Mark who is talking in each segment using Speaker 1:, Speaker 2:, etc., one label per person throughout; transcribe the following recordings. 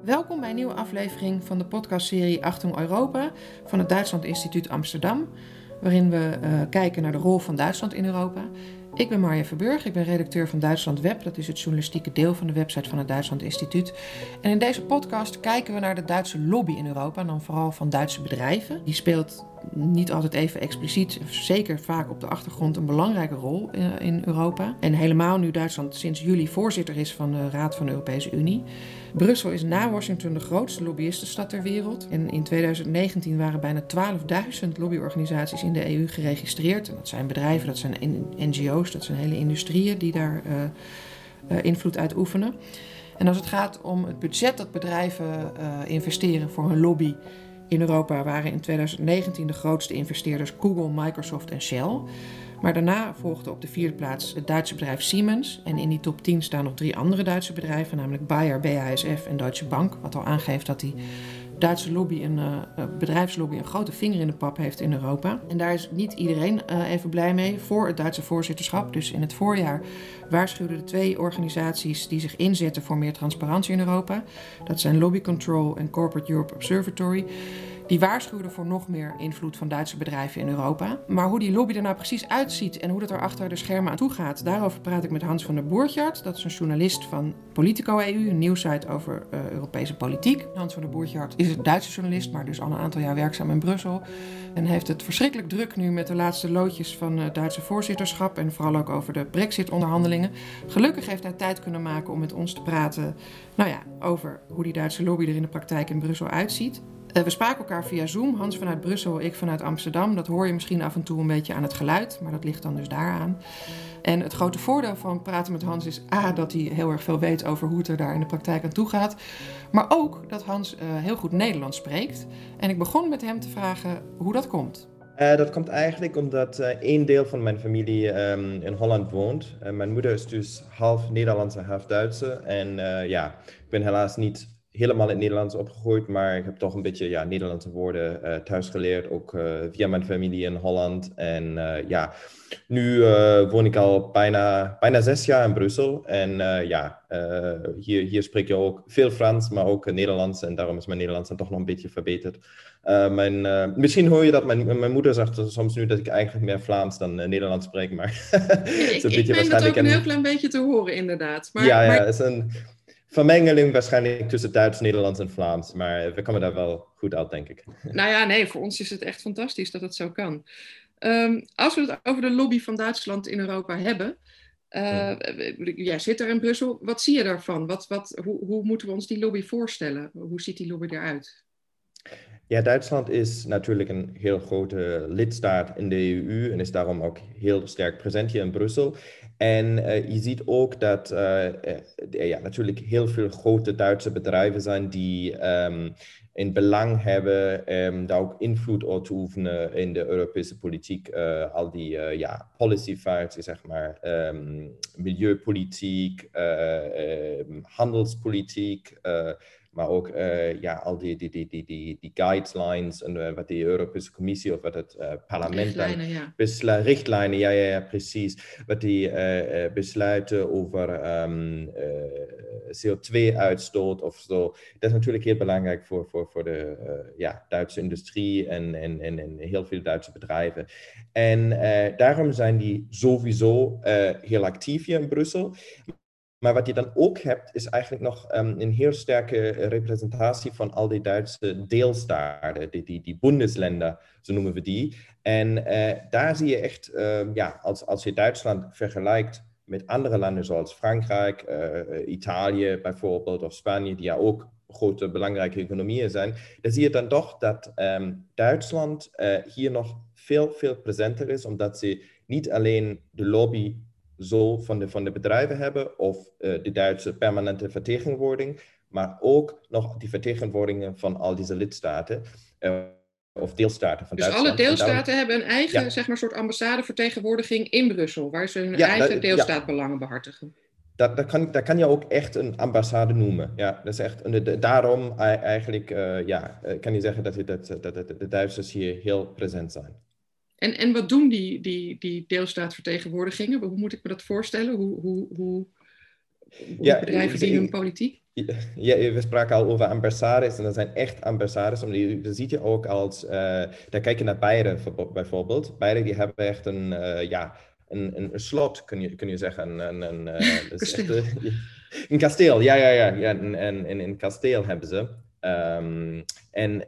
Speaker 1: Welkom bij een nieuwe aflevering van de podcastserie Achtung Europa van het Duitsland Instituut Amsterdam, waarin we kijken naar de rol van Duitsland in Europa. Ik ben Marja Verburg, ik ben redacteur van Duitsland Web, dat is het journalistieke deel van de website van het Duitsland Instituut. En in deze podcast kijken we naar de Duitse lobby in Europa, en dan vooral van Duitse bedrijven. Die speelt niet altijd even expliciet, zeker vaak op de achtergrond, een belangrijke rol in Europa. En helemaal nu Duitsland sinds juli voorzitter is van de Raad van de Europese Unie. Brussel is na Washington de grootste lobbyistenstad ter wereld. En in 2019 waren bijna 12.000 lobbyorganisaties in de EU geregistreerd. En dat zijn bedrijven, dat zijn NGO's, dat zijn hele industrieën die daar invloed uitoefenen. En als het gaat om het budget dat bedrijven investeren voor hun lobby in Europa, waren in 2019 de grootste investeerders Google, Microsoft en Shell. Maar daarna volgde op de vierde plaats het Duitse bedrijf Siemens. En in die top 10 staan nog 3 andere Duitse bedrijven, namelijk Bayer, BASF en Deutsche Bank. Wat al aangeeft dat die Duitse lobby, bedrijfslobby, een grote vinger in de pap heeft in Europa. En daar is niet iedereen even blij mee voor het Duitse voorzitterschap. Dus in het voorjaar waarschuwden de 2 organisaties die zich inzetten voor meer transparantie in Europa. Dat zijn Lobby Control en Corporate Europe Observatory. Die waarschuwden voor nog meer invloed van Duitse bedrijven in Europa. Maar hoe die lobby er nou precies uitziet en hoe dat er achter de schermen aan toe gaat, daarover praat ik met Hans van der Boertjard. Dat is een journalist van Politico EU, een nieuwsite over Europese politiek. Hans van der Boertjard is een Duitse journalist, maar dus al een aantal jaar werkzaam in Brussel. En heeft het verschrikkelijk druk nu met de laatste loodjes van het Duitse voorzitterschap en vooral ook over de Brexit-onderhandelingen. Gelukkig heeft hij tijd kunnen maken om met ons te praten over hoe die Duitse lobby er in de praktijk in Brussel uitziet. We spraken elkaar via Zoom, Hans vanuit Brussel, ik vanuit Amsterdam. Dat hoor je misschien af en toe een beetje aan het geluid, maar dat ligt dan dus daaraan. En het grote voordeel van praten met Hans is dat hij heel erg veel weet over hoe het er daar in de praktijk aan toe gaat. Maar ook dat Hans heel goed Nederlands spreekt. En ik begon met hem te vragen hoe dat komt.
Speaker 2: Dat komt eigenlijk omdat één deel van mijn familie in Holland woont. Mijn moeder is dus half Nederlandse, half Duitse. En ik ben helaas niet helemaal in het Nederlands opgegroeid, maar ik heb toch een beetje Nederlandse woorden thuis geleerd, ook via mijn familie in Holland. En nu woon ik al bijna 6 jaar in Brussel. En hier spreek je ook veel Frans, maar ook Nederlands. En daarom is mijn Nederlands dan toch nog een beetje verbeterd. Misschien hoor je dat mijn moeder zegt soms nu dat ik eigenlijk meer Vlaams dan Nederlands spreek. Maar
Speaker 1: ik meen dat ook een heel klein beetje te horen, inderdaad.
Speaker 2: Maar het is een vermengeling waarschijnlijk tussen Duits, Nederlands en Vlaams. Maar we komen daar wel goed uit, denk ik.
Speaker 1: Voor ons is het echt fantastisch dat het zo kan. Als we het over de lobby van Duitsland in Europa hebben. Jij zit er in Brussel. Wat zie je daarvan? Hoe moeten we ons die lobby voorstellen? Hoe ziet die lobby eruit?
Speaker 2: Ja, Duitsland is natuurlijk een heel grote lidstaat in de EU en is daarom ook heel sterk present hier in Brussel. En je ziet ook dat natuurlijk heel veel grote Duitse bedrijven zijn die in belang hebben daar ook invloed op te oefenen in de Europese politiek. Al die policy files, zeg maar, milieupolitiek, handelspolitiek, maar ook al die guidelines en wat de Europese Commissie of wat het parlement richtlijnen, ja, precies. Wat die besluiten over CO2-uitstoot of zo. Dat is natuurlijk heel belangrijk voor de Duitse industrie en heel veel Duitse bedrijven. En daarom zijn die sowieso heel actief hier in Brussel. Maar wat je dan ook hebt, is eigenlijk nog een heel sterke representatie van al die Duitse deelstaten, die Bundesländer, zo noemen we die. En daar zie je echt, als je Duitsland vergelijkt met andere landen zoals Frankrijk, Italië bijvoorbeeld, of Spanje, die ook grote belangrijke economieën zijn, dan zie je dan toch dat Duitsland hier nog veel presenter is, omdat ze niet alleen de lobby zo van de bedrijven hebben of de Duitse permanente vertegenwoordiging, maar ook nog die vertegenwoordigingen van al deze lidstaten of deelstaten van Duitsland.
Speaker 1: Dus alle deelstaten hebben een eigen soort ambassadevertegenwoordiging in Brussel, waar ze hun eigen deelstaatbelangen behartigen.
Speaker 2: Dat kan je ook echt een ambassade noemen. Ja, dat is echt, daarom eigenlijk kan je zeggen dat de Duitsers hier heel present zijn.
Speaker 1: En wat doen die deelstaatvertegenwoordigingen? Hoe moet ik me dat voorstellen? Hoe
Speaker 2: Ja,
Speaker 1: bedrijven die hun politiek?
Speaker 2: ja, we spraken al over ambassades en dat zijn echt ambassades. Dat zie je ook als, daar kijk je naar Beieren bijvoorbeeld. Beieren die hebben echt een slot, kun je zeggen. Dat is echt
Speaker 1: Kasteel.
Speaker 2: een kasteel, ja. Een kasteel hebben ze. En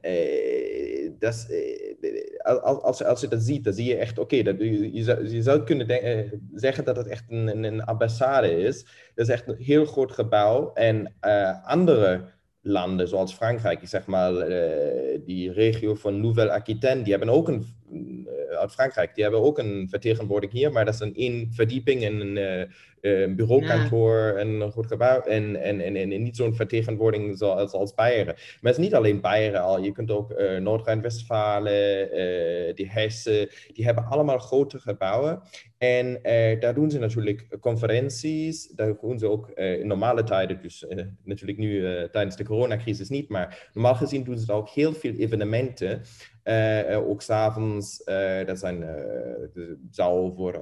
Speaker 2: als je dat ziet, dan zie je echt, oké, je zou kunnen zeggen dat het echt een ambassade is. Dat is echt een heel groot gebouw. En andere landen, zoals Frankrijk, zeg maar, die regio van Nouvelle-Aquitaine, die hebben ook uit Frankrijk, die hebben ook een vertegenwoordiging hier, maar dat is een verdieping en een bureaukantoor en een goed gebouw en niet zo'n vertegenwoordiging zoals Beieren. Maar het is niet alleen Beieren al, je kunt ook Noord-Rijn-Westfalen, die Hessen, die hebben allemaal grote gebouwen. En daar doen ze natuurlijk conferenties, daar doen ze ook in normale tijden, dus natuurlijk nu tijdens de coronacrisis niet, maar normaal gezien doen ze ook heel veel evenementen. Ook s'avonds, dat zijn zou voor,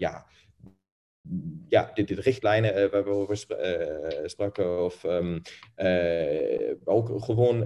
Speaker 2: de richtlijnen waar we over spraken, of ook gewoon,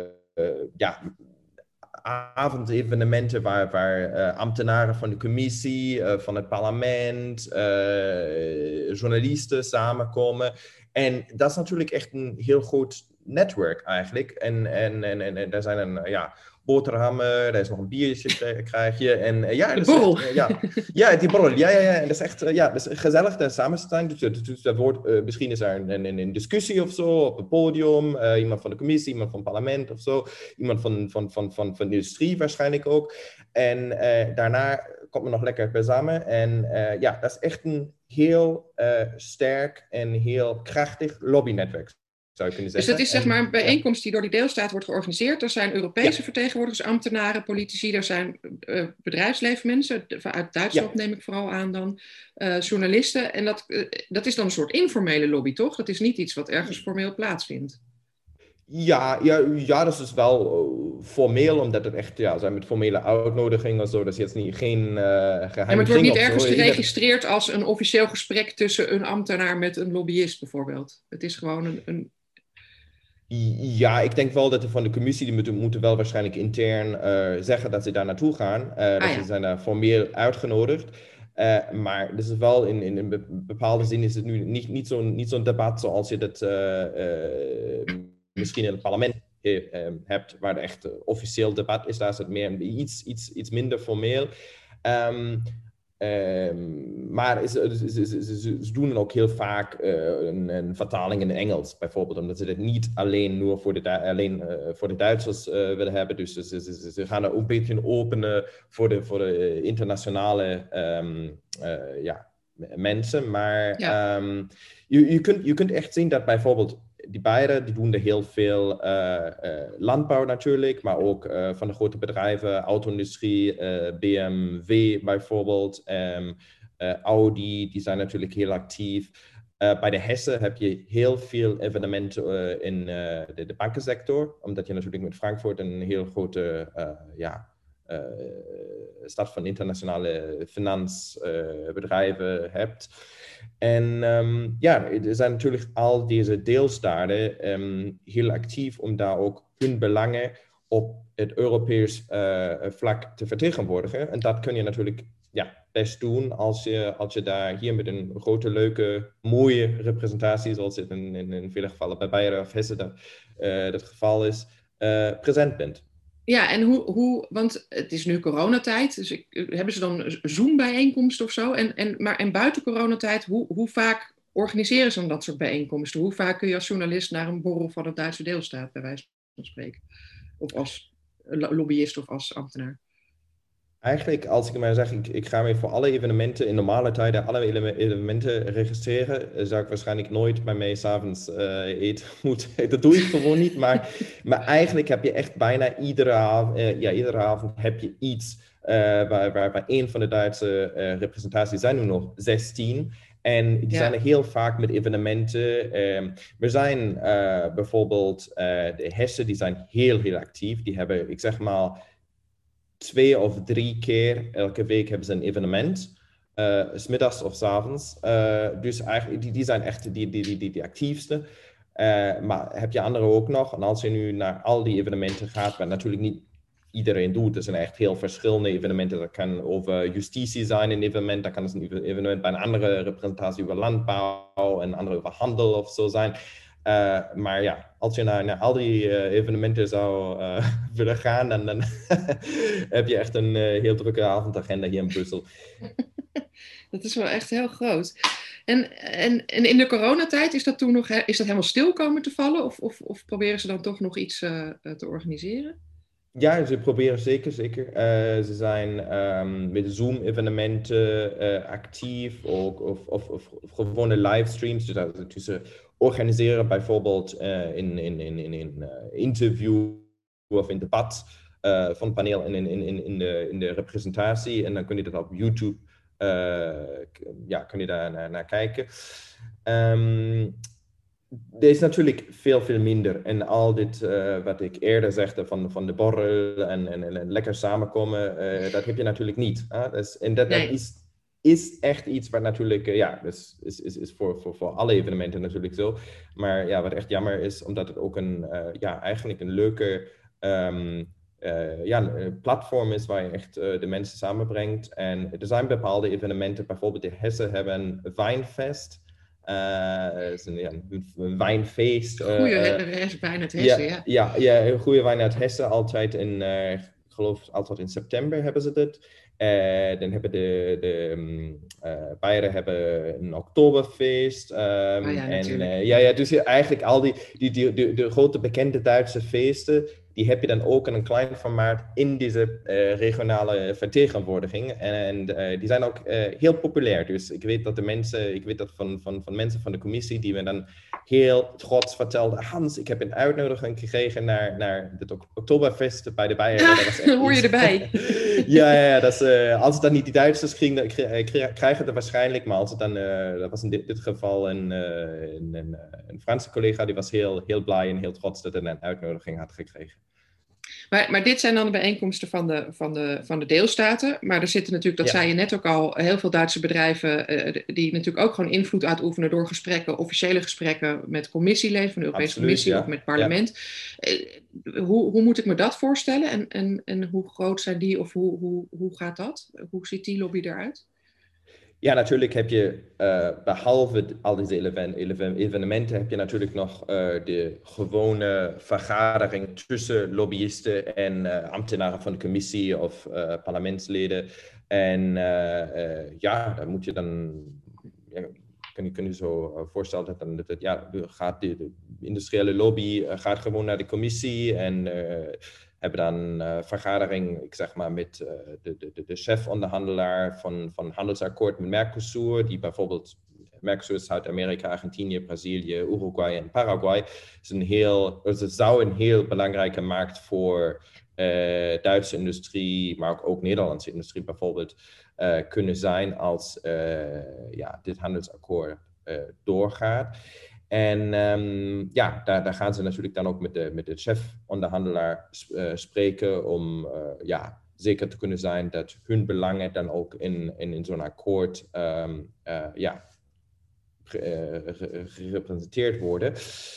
Speaker 2: avondevenementen waar ambtenaren van de commissie, van het parlement, journalisten samenkomen. En dat is natuurlijk echt een heel groot netwerk eigenlijk. En daar zijn boterhammen, er is nog een biertje krijg je. En
Speaker 1: De
Speaker 2: dat is
Speaker 1: borrel.
Speaker 2: echt, ja, die borrel, ja. En dat is echt, dat is gezellig, daar samen te staan. Dus dat wordt, misschien is er een discussie of zo, op het podium, iemand van de commissie, iemand van het parlement of zo, iemand van de industrie waarschijnlijk ook. En daarna komt men nog lekker samen. En dat is echt een heel sterk en heel krachtig lobbynetwerk, zou je kunnen
Speaker 1: Dus
Speaker 2: zeggen.
Speaker 1: dat is zeg maar een bijeenkomst die door die deelstaat wordt georganiseerd. Er zijn Europese vertegenwoordigers, ambtenaren, politici, er zijn bedrijfsleefmensen, uit Duitsland neem ik vooral aan dan, journalisten. En dat is dan een soort informele lobby, toch? Dat is niet iets wat ergens formeel plaatsvindt.
Speaker 2: Ja, dat is dus wel formeel, omdat het echt zijn met formele uitnodigingen of zo. Dat is jetzt geen geheime
Speaker 1: Ja, maar het wordt niet
Speaker 2: of
Speaker 1: ergens
Speaker 2: zo.
Speaker 1: geregistreerd als een officieel gesprek tussen een ambtenaar met een lobbyist bijvoorbeeld. Het is gewoon een...
Speaker 2: Ja, ik denk wel dat van de commissie, die moeten wel waarschijnlijk intern zeggen dat ze daar naartoe gaan. Ze zijn daar formeel uitgenodigd. Maar dus is wel in een bepaalde zin is het nu niet zo'n debat zoals je dat misschien in het parlement hebt, waar er echt officieel debat is. Daar is het meer iets minder formeel. Maar ze doen ook heel vaak een vertaling in Engels, bijvoorbeeld, omdat ze dat niet alleen voor de Duitsers willen hebben. Dus ze gaan er ook een beetje openen voor de internationale mensen. Maar je kunt echt zien dat bijvoorbeeld die beiden, die doen er heel veel landbouw natuurlijk, maar ook van de grote bedrijven, auto-industrie, BMW bijvoorbeeld, Audi, die zijn natuurlijk heel actief. Bij de Hessen heb je heel veel evenementen in de bankensector, omdat je natuurlijk met Frankfurt een heel grote stad van internationale finansbedrijven hebt. En er zijn natuurlijk al deze deelstaten heel actief om daar ook hun belangen op het Europees vlak te vertegenwoordigen. En dat kun je natuurlijk best doen als je daar hier met een grote, leuke, mooie representatie, zoals het in vele gevallen bij Beieren of Hessen dat geval is, present bent.
Speaker 1: Ja, en hoe, want het is nu coronatijd, dus hebben ze dan een Zoom-bijeenkomst of zo? En buiten coronatijd, hoe vaak organiseren ze dan dat soort bijeenkomsten? Hoe vaak kun je als journalist naar een borrel van de Duitse deelstaat, bij wijze van spreken? Of als lobbyist of als ambtenaar?
Speaker 2: Eigenlijk, als ik maar zeg, ik ga me voor alle evenementen in normale tijden, alle evenementen registreren, zou ik waarschijnlijk nooit bij mij s'avonds eten moeten. Dat doe ik gewoon niet, maar eigenlijk heb je echt bijna iedere avond heb je iets waar een van de Duitse representaties zijn nu nog 16. En die zijn er heel vaak met evenementen. We zijn bijvoorbeeld de Hessen, die zijn heel actief. Die hebben, ik zeg maar, 2 of 3 keer elke week hebben ze een evenement. 's middags of 's avonds. Dus eigenlijk, die zijn echt die actiefste. Maar heb je andere ook nog? En als je nu naar al die evenementen gaat, wat natuurlijk niet iedereen doet. Er zijn echt heel verschillende evenementen. Dat kan over justitie zijn, een evenement. Dat kan een evenement bij een andere representatie over landbouw en andere over handel of zo zijn. Maar ja, als je naar al die evenementen zou willen gaan, dan heb je echt een heel drukke avondagenda hier in Brussel.
Speaker 1: Dat is wel echt heel groot. En in de coronatijd, is dat toen nog is dat helemaal stil komen te vallen? Of proberen ze dan toch nog iets te organiseren?
Speaker 2: Ja, ze proberen zeker. Ze zijn met Zoom-evenementen actief, ook, of gewone livestreams. Dus ze organiseren bijvoorbeeld in interview of in debat van paneel in de representatie. En dan kun je dat op YouTube kun je daar naar kijken. Er is natuurlijk veel minder. En al dit wat ik eerder zegde van de borrel en lekker samenkomen, dat heb je natuurlijk niet. Dat is echt iets wat natuurlijk, is voor alle evenementen natuurlijk zo. Maar ja, wat echt jammer is, omdat het ook eigenlijk een leuke platform is waar je echt de mensen samenbrengt. En er zijn bepaalde evenementen, bijvoorbeeld de Hessen hebben een wijnfest. Het is een wijnfeest.
Speaker 1: Goeie wijn uit Hessen,
Speaker 2: ja. Een goede wijn uit Hessen. Altijd ik geloof altijd in september hebben ze dit. Dan hebben de Beieren hebben een Oktoberfeest. Dus eigenlijk al de grote bekende Duitse feesten, die heb je dan ook in een klein formaat in deze regionale vertegenwoordiging. En die zijn ook heel populair. Dus ik weet dat van mensen van de commissie, die me dan heel trots vertelden: Hans, ik heb een uitnodiging gekregen naar het Oktoberfest bij de Beieren.
Speaker 1: Ja, dan hoor je erbij.
Speaker 2: Als het dan niet die Duitsers krijgen het waarschijnlijk, maar als het dan, dat was in dit geval een Franse collega, die was heel blij en heel trots dat hij een uitnodiging had gekregen.
Speaker 1: Maar dit zijn dan de bijeenkomsten van de deelstaten. Maar er zitten natuurlijk, dat zei je net ook al, heel veel Duitse bedrijven die natuurlijk ook gewoon invloed uitoefenen door gesprekken, officiële gesprekken met commissieleden van de Europese Commissie of met het parlement. Ja. Hoe moet ik me dat voorstellen? En hoe groot zijn die of hoe gaat dat? Hoe ziet die lobby eruit?
Speaker 2: Ja, natuurlijk heb je behalve al deze evenementen heb je natuurlijk nog de gewone vergadering tussen lobbyisten en ambtenaren van de commissie of parlementsleden. En dan moet je dan, kun je zo voorstellen dat gaat de industriële lobby gaat gewoon naar de commissie en hebben dan vergadering, ik zeg maar, met de chefonderhandelaar van handelsakkoord met Mercosur, die bijvoorbeeld, Mercosur is Zuid-Amerika, Argentinië, Brazilië, Uruguay en Paraguay. Het zou een heel belangrijke markt voor Duitse industrie, maar ook Nederlandse industrie bijvoorbeeld, kunnen zijn als dit handelsakkoord doorgaat. En daar gaan ze natuurlijk dan ook met de chefonderhandelaar spreken om zeker te kunnen zijn dat hun belangen dan ook in zo'n akkoord gerepresenteerd worden.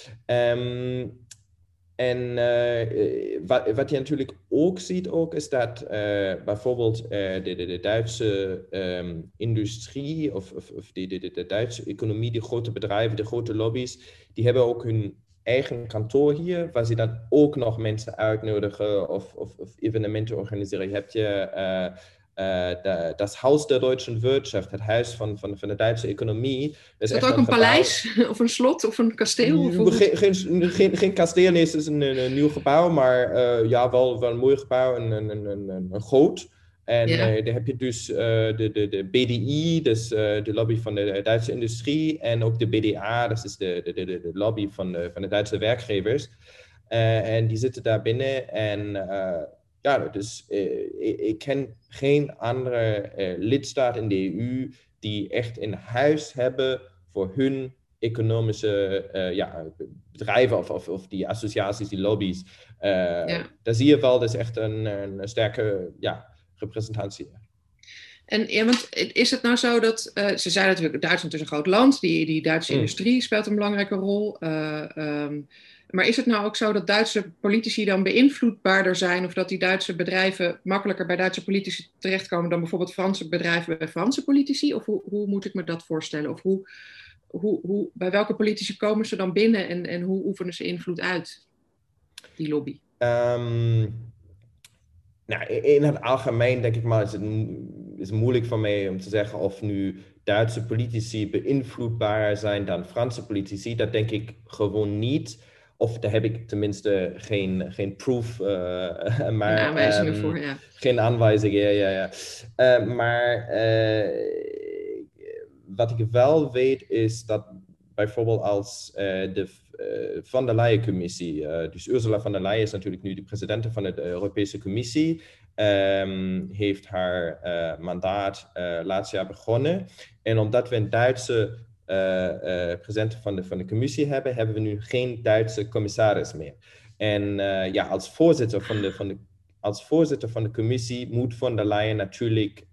Speaker 2: Wat je natuurlijk ook ziet, is dat bijvoorbeeld de Duitse industrie of de Duitse economie, de grote bedrijven, de grote lobby's, die hebben ook hun eigen kantoor hier, waar ze dan ook nog mensen uitnodigen of evenementen organiseren. Je hebt das Haus der deutschen Wirtschaft, het huis van de Duitse economie.
Speaker 1: Is dat ook een paleis of een slot of een kasteel?
Speaker 2: Geen kasteel, nee, het is een nieuw gebouw, maar wel een mooi gebouw, een groot. En daar heb je dus de BDI, dus de lobby van de Duitse industrie, en ook de BDA, dat is de lobby van de Duitse werkgevers. En die zitten daar binnen en dus ik ken geen andere lidstaat in de EU die echt een huis hebben voor hun economische bedrijven of die associaties, die lobby's. Daar zie je wel, dat is echt een sterke representatie.
Speaker 1: En ja, want is het nou zo dat, ze zeiden natuurlijk, Duitsland is een groot land, die Duitse industrie speelt een belangrijke rol. Maar is het nou ook zo dat Duitse politici dan beïnvloedbaarder zijn, of dat die Duitse bedrijven makkelijker bij Duitse politici terechtkomen dan bijvoorbeeld Franse bedrijven bij Franse politici? Of hoe moet ik me dat voorstellen? Of bij welke politici komen ze dan binnen en hoe oefenen ze invloed uit, die lobby?
Speaker 2: Nou, in het algemeen denk ik maar, is het moeilijk voor mij om te zeggen of nu Duitse politici beïnvloedbaarder zijn dan Franse politici. Dat denk ik gewoon niet. Of daar heb ik tenminste geen proof, maar...
Speaker 1: Geen aanwijzingen voor, ja.
Speaker 2: Geen aanwijzingen, ja. Maar wat ik wel weet is dat bijvoorbeeld als de Van der Leyen-commissie, dus Ursula von der Leyen is natuurlijk nu de president van de Europese Commissie, heeft haar mandaat laatst jaar begonnen. En omdat we een Duitse president van de commissie hebben, hebben we nu geen Duitse commissaris meer. En als voorzitter van de commissie moet von der Leyen natuurlijk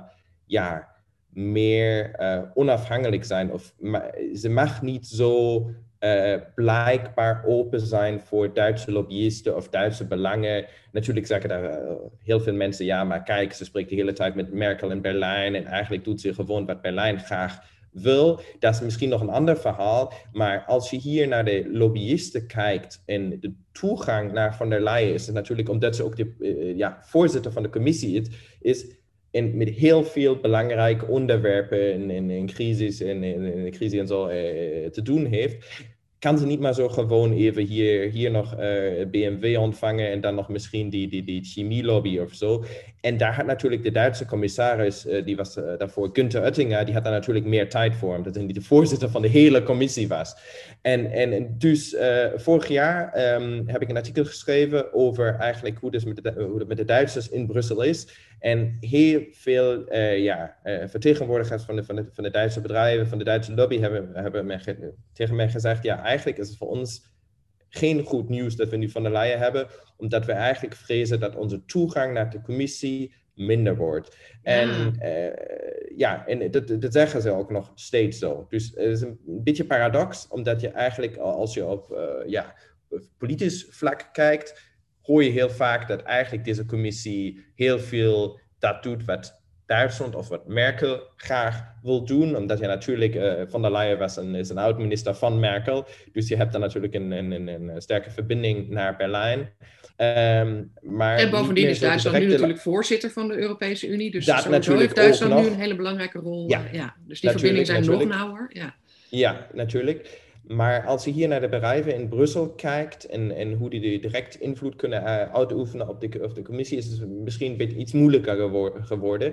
Speaker 2: meer onafhankelijk zijn. Ze mag niet zo blijkbaar open zijn voor Duitse lobbyisten of Duitse belangen. Natuurlijk zeggen daar heel veel mensen, ja, maar kijk, ze spreekt de hele tijd met Merkel in Berlijn en eigenlijk doet ze gewoon wat Berlijn graag wil. Dat is misschien nog een ander verhaal, maar als je hier naar de lobbyisten kijkt en de toegang naar von der Leyen is het natuurlijk, omdat ze ook de voorzitter van de commissie is en met heel veel belangrijke onderwerpen in crisis en zo te doen heeft, kan ze niet maar zo gewoon even hier nog BMW ontvangen en dan nog misschien die chemielobby of zo. En daar had natuurlijk de Duitse commissaris, die was daarvoor Günther Oettinger, die had daar natuurlijk meer tijd voor, omdat hij niet de voorzitter van de hele commissie was. En dus vorig jaar heb ik een artikel geschreven over eigenlijk hoe het met de Duitsers in Brussel is. En heel veel vertegenwoordigers van de Duitse bedrijven, van de Duitse lobby hebben tegen mij gezegd, ja, eigenlijk is het voor ons geen goed nieuws dat we nu Von der Leyen hebben, omdat we eigenlijk vrezen dat onze toegang naar de commissie minder wordt. En dat zeggen ze ook nog steeds zo. Dus het is een beetje paradox, omdat je eigenlijk, als je op politisch vlak kijkt, hoor je heel vaak dat eigenlijk deze commissie heel veel dat doet wat Duitsland of wat Merkel graag wil doen, omdat je natuurlijk, Von der Leyen is een oud-minister van Merkel, dus je hebt dan natuurlijk een sterke verbinding naar Berlijn. Maar
Speaker 1: en bovendien is Duitsland nu natuurlijk voorzitter van de Europese Unie, dus
Speaker 2: dat
Speaker 1: sowieso heeft Duitsland nu een hele belangrijke rol. Dus die verbindingen zijn nog nauwer.
Speaker 2: Ja, natuurlijk. Maar als je hier naar de bedrijven in Brussel kijkt en hoe die direct invloed kunnen uitoefenen op de commissie, is het misschien een beetje iets moeilijker geworden.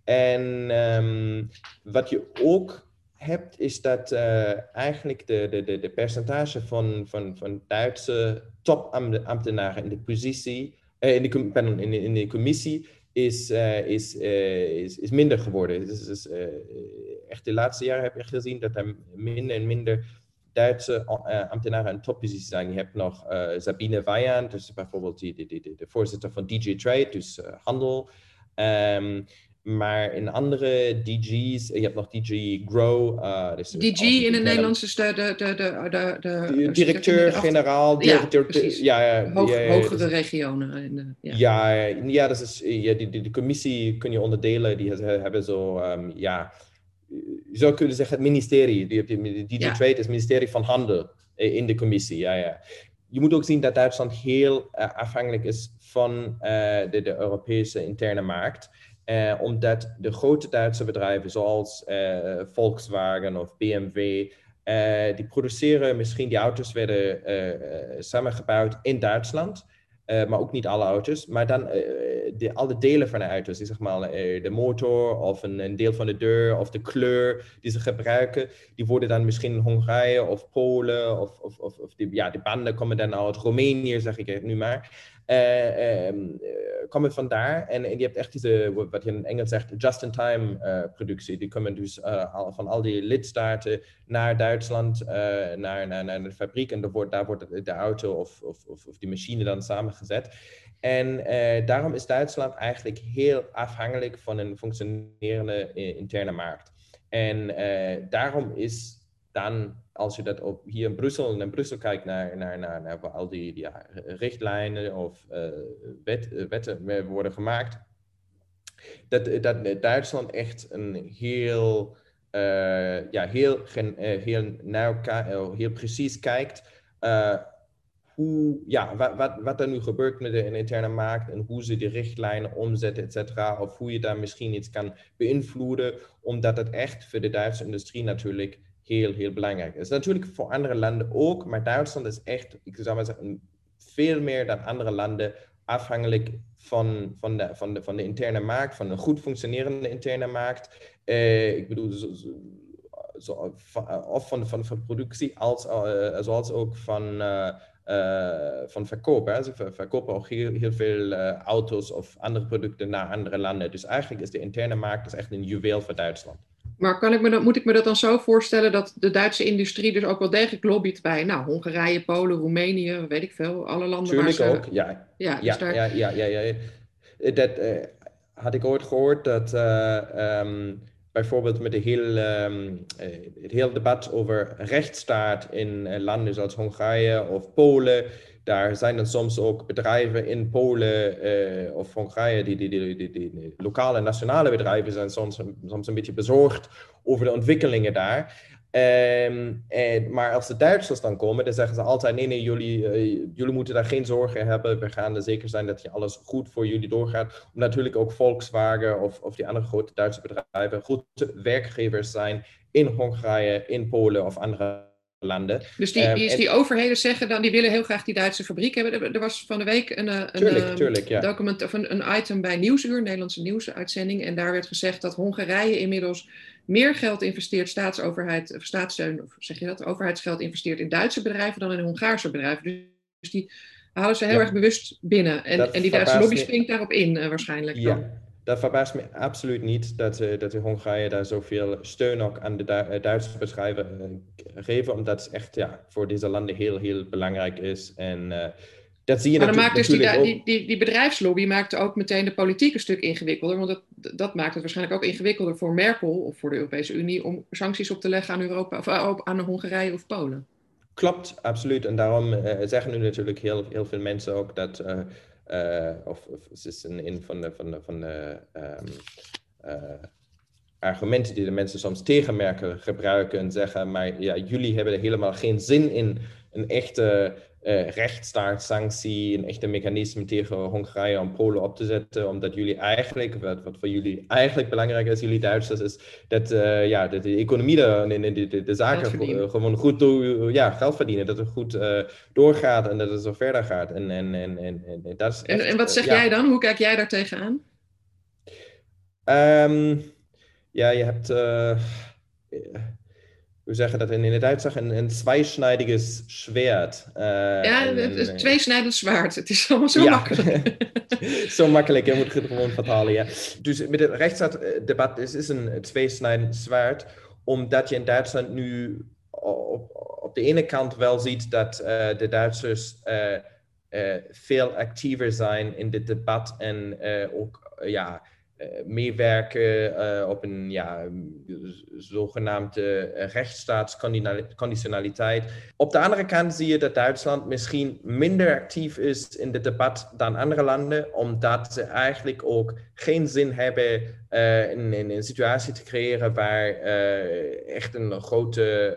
Speaker 2: En wat je ook hebt, is dat eigenlijk de percentage van Duitse topambtenaren in de positie, in de commissie is minder geworden. Dus echt de laatste jaren heb je gezien dat er minder en minder Duitse ambtenaren in toppositie zijn. Je hebt nog Sabine Weyand, dus bijvoorbeeld de voorzitter van DG Trade, dus handel. Maar in andere DG's, je hebt nog DG Grow.
Speaker 1: Dus DG in het Nederlands is de
Speaker 2: directeur-generaal.
Speaker 1: Hogere regionen.
Speaker 2: Dat is de commissie kun je onderdelen. Die hebben zo, je zou kunnen zeggen het ministerie. DG Trade is het ministerie van Handel in de commissie. Je moet ook zien dat Duitsland heel afhankelijk is van de Europese interne markt. Omdat de grote Duitse bedrijven zoals Volkswagen of BMW, die produceren misschien, die auto's werden samengebouwd in Duitsland, maar ook niet alle auto's. Maar dan alle delen van de auto's, die, zeg maar, de motor of een deel van de deur of de kleur die ze gebruiken, die worden dan misschien in Hongarije of Polen of de banden komen dan uit Roemenië, zeg ik het nu maar. komen vandaar. En je hebt echt deze, wat je in Engels zegt, just-in-time productie. Die komen dus van al die lidstaten naar Duitsland, naar de fabriek. En daar wordt de auto of die machine dan samengezet. En daarom is Duitsland eigenlijk heel afhankelijk van een functionerende interne markt. En daarom is dan, als je dat hier in Brussel kijkt naar al die richtlijnen of wetten worden gemaakt, dat Duitsland echt een heel precies kijkt wat er nu gebeurt met de interne markt en hoe ze die richtlijnen omzetten, et cetera, of hoe je daar misschien iets kan beïnvloeden, omdat het echt voor de Duitse industrie natuurlijk heel, heel belangrijk is. Natuurlijk voor andere landen ook, maar Duitsland is echt, ik zou maar zeggen, veel meer dan andere landen afhankelijk van de interne markt, van een goed functionerende interne markt. Ik bedoel, of van productie, zoals ook van verkoop. Hè. Ze verkopen ook heel veel auto's of andere producten naar andere landen. Dus eigenlijk is de interne markt is echt een juweel voor Duitsland.
Speaker 1: Maar moet ik me dat dan zo voorstellen dat de Duitse industrie dus ook wel degelijk lobbyt bij Hongarije, Polen, Roemenië, weet ik veel, alle landen
Speaker 2: Tuurlijk
Speaker 1: waar ze...
Speaker 2: ook, ja.
Speaker 1: Ja.
Speaker 2: Dat had ik ooit gehoord dat bijvoorbeeld met het hele debat over rechtsstaat in landen zoals Hongarije of Polen, daar zijn dan soms ook bedrijven in Polen of Hongarije, die lokale nationale bedrijven zijn soms een beetje bezorgd over de ontwikkelingen daar. Maar als de Duitsers dan komen, dan zeggen ze altijd, nee, jullie moeten daar geen zorgen hebben. We gaan er zeker zijn dat alles goed voor jullie doorgaat. Om natuurlijk ook Volkswagen of die andere grote Duitse bedrijven grote werkgevers zijn in Hongarije, in Polen of andere landen.
Speaker 1: Dus die overheden zeggen dan, die willen heel graag die Duitse fabriek hebben. Er was van de week een document of een item bij Nieuwsuur, een Nederlandse nieuwsuitzending. En daar werd gezegd dat Hongarije inmiddels meer geld investeert, staatssteun, of zeg je dat, overheidsgeld investeert in Duitse bedrijven dan in Hongaarse bedrijven. Dus die halen ze heel erg bewust binnen. En die Duitse lobby springt daarop in waarschijnlijk.
Speaker 2: Ja.
Speaker 1: Dan.
Speaker 2: Dat verbaast me absoluut niet dat de Hongarije daar zoveel steun ook aan de Duitse bedrijven geven, omdat het echt voor deze landen heel, heel belangrijk is. En dat zie je natuurlijk
Speaker 1: dus die bedrijfslobby maakt ook meteen de politiek een stuk ingewikkelder, want dat maakt het waarschijnlijk ook ingewikkelder voor Merkel of voor de Europese Unie om sancties op te leggen aan Europa of aan Hongarije of Polen.
Speaker 2: Klopt, absoluut. En daarom zeggen nu natuurlijk heel veel mensen ook dat of het is een van de argumenten die de mensen soms tegen Merkel gebruiken en zeggen, maar jullie hebben er helemaal geen zin in een echte rechtsstaatssanctie, een echte mechanisme tegen Hongarije en Polen op te zetten, omdat jullie eigenlijk, wat voor jullie eigenlijk belangrijk is, jullie Duitsers, is dat de economie en de zaken gewoon goed geld verdienen, dat het goed doorgaat en dat het zo verder gaat. En dat is echt,
Speaker 1: en wat zeg jij dan? Hoe kijk jij daar tegenaan?
Speaker 2: Je hebt, we zeggen dat in het Duits een zweischneidiges Schwert.
Speaker 1: Het tweesnijdend zwaard. Het is allemaal zo makkelijk.
Speaker 2: Zo makkelijk, je moet het gewoon vertalen, ja. Dus met het rechtsstaatdebat is een tweesnijdend zwaard, omdat je in Duitsland nu op de ene kant wel ziet dat de Duitsers veel actiever zijn in dit debat en ook meewerken op een zogenaamde rechtsstaatsconditionaliteit. Op de andere kant zie je dat Duitsland misschien minder actief is in dit debat dan andere landen, omdat ze eigenlijk ook geen zin hebben in een situatie te creëren waar echt een grote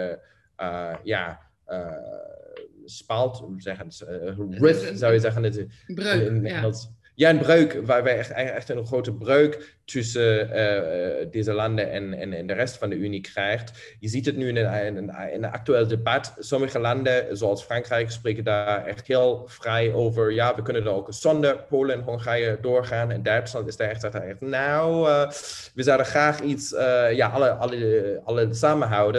Speaker 2: spalt, rift zou je zeggen.
Speaker 1: Breuk,
Speaker 2: Ja, een breuk, waar wij echt een grote breuk tussen deze landen en de rest van de Unie krijgt. Je ziet het nu in een actueel debat. Sommige landen, zoals Frankrijk, spreken daar echt heel vrij over. Ja, we kunnen er ook zonder Polen en Hongarije doorgaan. En Duitsland is daar echt we zouden graag iets, alle samenhouden.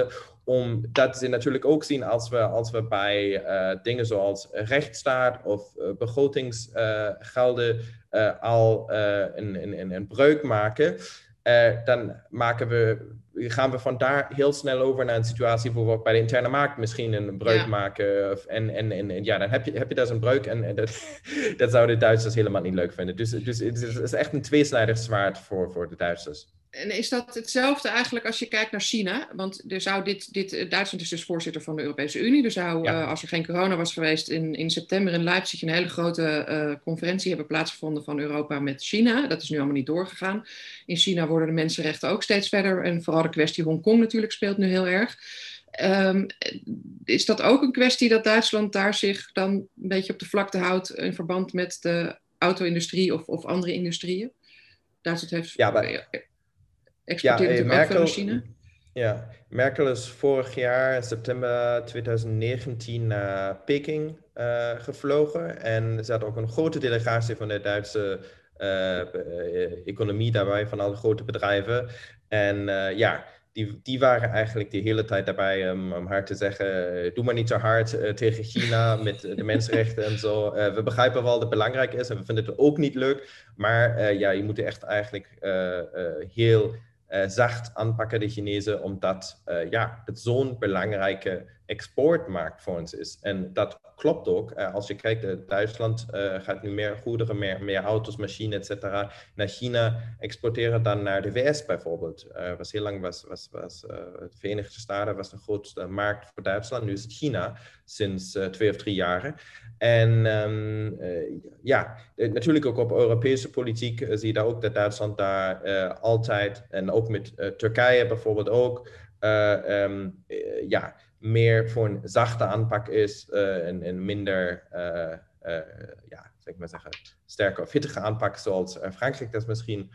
Speaker 2: Omdat ze natuurlijk ook zien als we bij dingen zoals rechtsstaat of begrotingsgelden al een breuk maken, dan gaan we van daar heel snel over naar een situatie waar we bij de interne markt misschien een breuk maken. En dan heb je dus een breuk en dat zouden de Duitsers helemaal niet leuk vinden. Dus het is echt een tweesnijdend zwaard voor de Duitsers.
Speaker 1: En is dat hetzelfde eigenlijk als je kijkt naar China? Want er zou Duitsland is dus voorzitter van de Europese Unie. Er zou, als er geen corona was geweest, in september in Leipzig een hele grote conferentie hebben plaatsgevonden van Europa met China. Dat is nu allemaal niet doorgegaan. In China worden de mensenrechten ook steeds verder. En vooral de kwestie Hongkong natuurlijk speelt nu heel erg. Is dat ook een kwestie dat Duitsland daar zich dan een beetje op de vlakte houdt in verband met de auto-industrie of andere industrieën? Duitsland heeft... exporteert natuurlijk ook veel naar China.
Speaker 2: Ja, Merkel is vorig jaar, september 2019, naar Peking gevlogen. En ze had ook een grote delegatie van de Duitse economie daarbij, van alle grote bedrijven. En die waren eigenlijk de hele tijd daarbij om haar te zeggen, doe maar niet zo hard tegen China met de mensenrechten en zo. We begrijpen wel dat het belangrijk is en we vinden het ook niet leuk. Maar je moet echt eigenlijk heel zacht aanpakken, de Chinezen, omdat het zo'n belangrijke exportmarkt voor ons is. En dat klopt ook. Als je kijkt, Duitsland gaat nu meer goederen, meer auto's, machines, etc. naar China exporteren dan naar de VS bijvoorbeeld. Was heel lang de Verenigde Staten was de grootste markt voor Duitsland. Nu is het China sinds 2 of 3 jaren. En natuurlijk ook op Europese politiek zie je daar ook dat Duitsland daar altijd, en ook met Turkije bijvoorbeeld ook, meer voor een zachte aanpak is en minder, zeg ik maar zeggen, sterke of hittige aanpak zoals Frankrijk dat misschien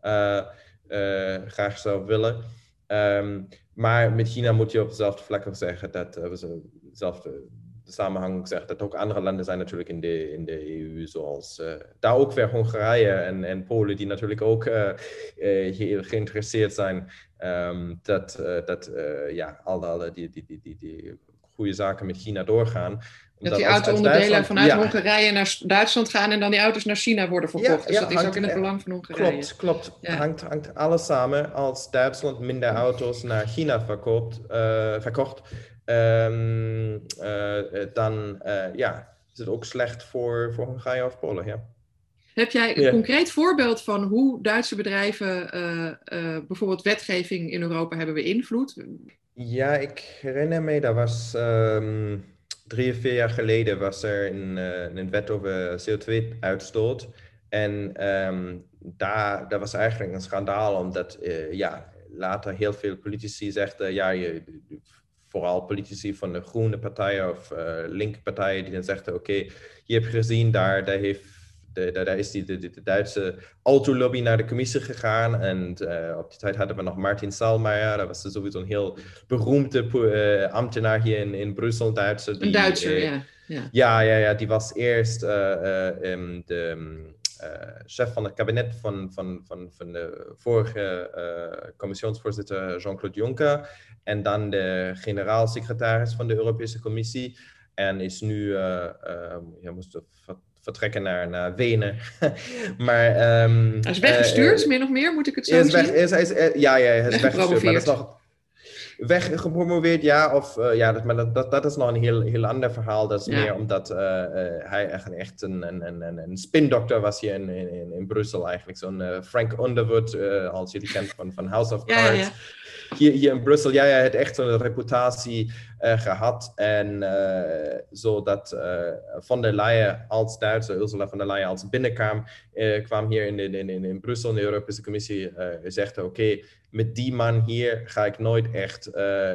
Speaker 2: graag zou willen. Maar met China moet je op dezelfde vlak ook zeggen dat we dezelfde samenhang zeggen dat ook andere landen zijn natuurlijk in de EU, zoals daar ook weer Hongarije en Polen, die natuurlijk ook hier geïnteresseerd zijn alle die goede zaken met China doorgaan.
Speaker 1: Dat die auto-onderdelen vanuit Hongarije naar Duitsland gaan en dan die auto's naar China worden verkocht. Dus dat is ook in het belang van Hongarije.
Speaker 2: Klopt. Ja. Hangt alles samen. Als Duitsland minder auto's naar China verkocht, dan is het ook slecht voor Hongarije of Polen. Ja.
Speaker 1: Heb jij een concreet voorbeeld van hoe Duitse bedrijven bijvoorbeeld wetgeving in Europa hebben beïnvloed?
Speaker 2: Ja, ik herinner me, dat was 3 of 4 jaar geleden was er een wet over CO2-uitstoot. En daar was eigenlijk een schandaal, omdat later heel veel politici zegden, vooral politici van de groene partijen of linker partijen, die dan zegden, oké, je hebt gezien, daar is de Duitse autolobby naar de commissie gegaan. En op die tijd hadden we nog Martin Selmayr. Dat was sowieso een heel beroemde ambtenaar hier in Brussel, Duitser.
Speaker 1: Een Duitser,
Speaker 2: Ja, die was eerst de chef van het kabinet van de vorige commissionsvoorzitter Jean-Claude Juncker. En dan de generaalsecretaris van de Europese Commissie. En is nu moest vertrekken naar Wenen. Maar,
Speaker 1: hij is weggestuurd, min of meer, moet ik het zo zien?
Speaker 2: Hij is weggestuurd. Maar dat is nog weggepromoveerd, maar dat is nog een heel ander verhaal. Dat is meer omdat hij echt een spindokter was hier in Brussel eigenlijk. Zo'n Frank Underwood, als je die kent van House of Cards. Ja. Hier in Brussel, hij heeft echt zo'n reputatie gehad. En zodat von der Leyen als Duitse, Ursula von der Leyen als binnenkwam, kwam hier in Brussel in de Europese Commissie, zegt oké, met die man hier ga ik nooit echt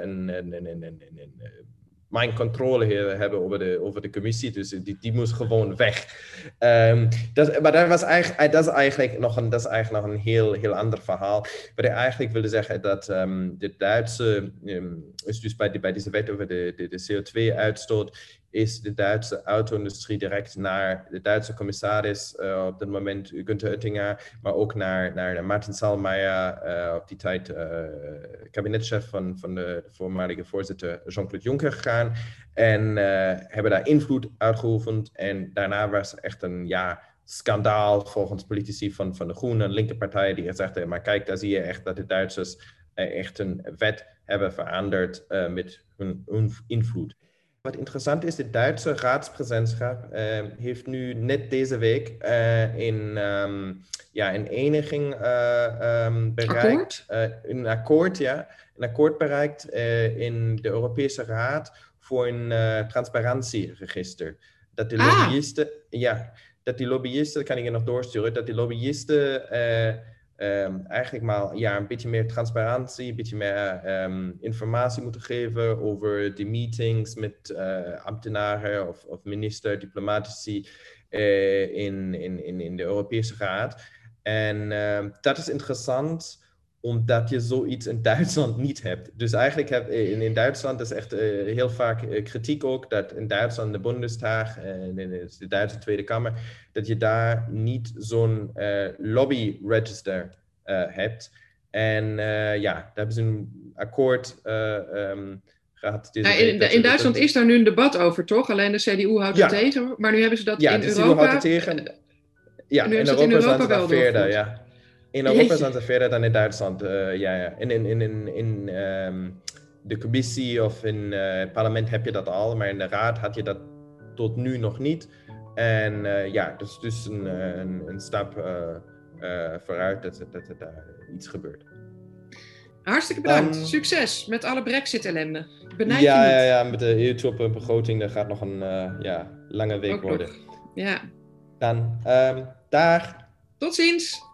Speaker 2: mijn controle hebben over de commissie, dus die moest gewoon weg. Maar dat is eigenlijk nog een heel ander verhaal. Wat ik eigenlijk wilde zeggen, dat de Duitse, is dus bij deze wet over de CO2-uitstoot, is de Duitse auto-industrie direct naar de Duitse commissaris, op dat moment Günther Oettinger, maar ook naar Martin Selmayr, op die tijd kabinetchef van de voormalige voorzitter Jean-Claude Juncker gegaan. En hebben daar invloed uitgeoefend. En daarna was echt een schandaal volgens politici van de Groene en linker partijen die gezegd hebben, maar kijk, daar zie je echt dat de Duitsers echt een wet hebben veranderd met hun invloed. Wat interessant is, de Duitse raadspresidentschap heeft nu net deze week een eniging bereikt. Een akkoord bereikt in de Europese Raad voor een transparantieregister. Dat de lobbyisten, dat die lobbyisten, kan ik je nog doorsturen, dat die lobbyisten eigenlijk maar een beetje meer transparantie, een beetje meer informatie moeten geven over de meetings met ambtenaren of minister, diplomatici in de Europese Raad. En dat is interessant, omdat je zoiets in Duitsland niet hebt. Dus eigenlijk in Duitsland is echt heel vaak kritiek ook, dat in Duitsland de Bundestag, de Duitse Tweede Kamer, dat je daar niet zo'n lobbyregister hebt. En daar hebben ze een akkoord gehad.
Speaker 1: In Duitsland is daar nu een debat over, toch? Alleen de CDU houdt het tegen, maar nu hebben ze dat in Europa... Ja, de CDU houdt het tegen.
Speaker 2: In Europa zijn ze daar verder, ja. In Europa zijn ze verder dan in Duitsland. In de commissie of in het parlement heb je dat al, maar in de raad had je dat tot nu nog niet. En dat is dus een stap vooruit dat daar iets gebeurt.
Speaker 1: Hartstikke bedankt. Succes met alle Brexit-ellende. Benijd je niet.
Speaker 2: Ja, met de EU-top en begroting, dat gaat nog een lange week worden.
Speaker 1: Ja.
Speaker 2: Dan, dag.
Speaker 1: Tot ziens.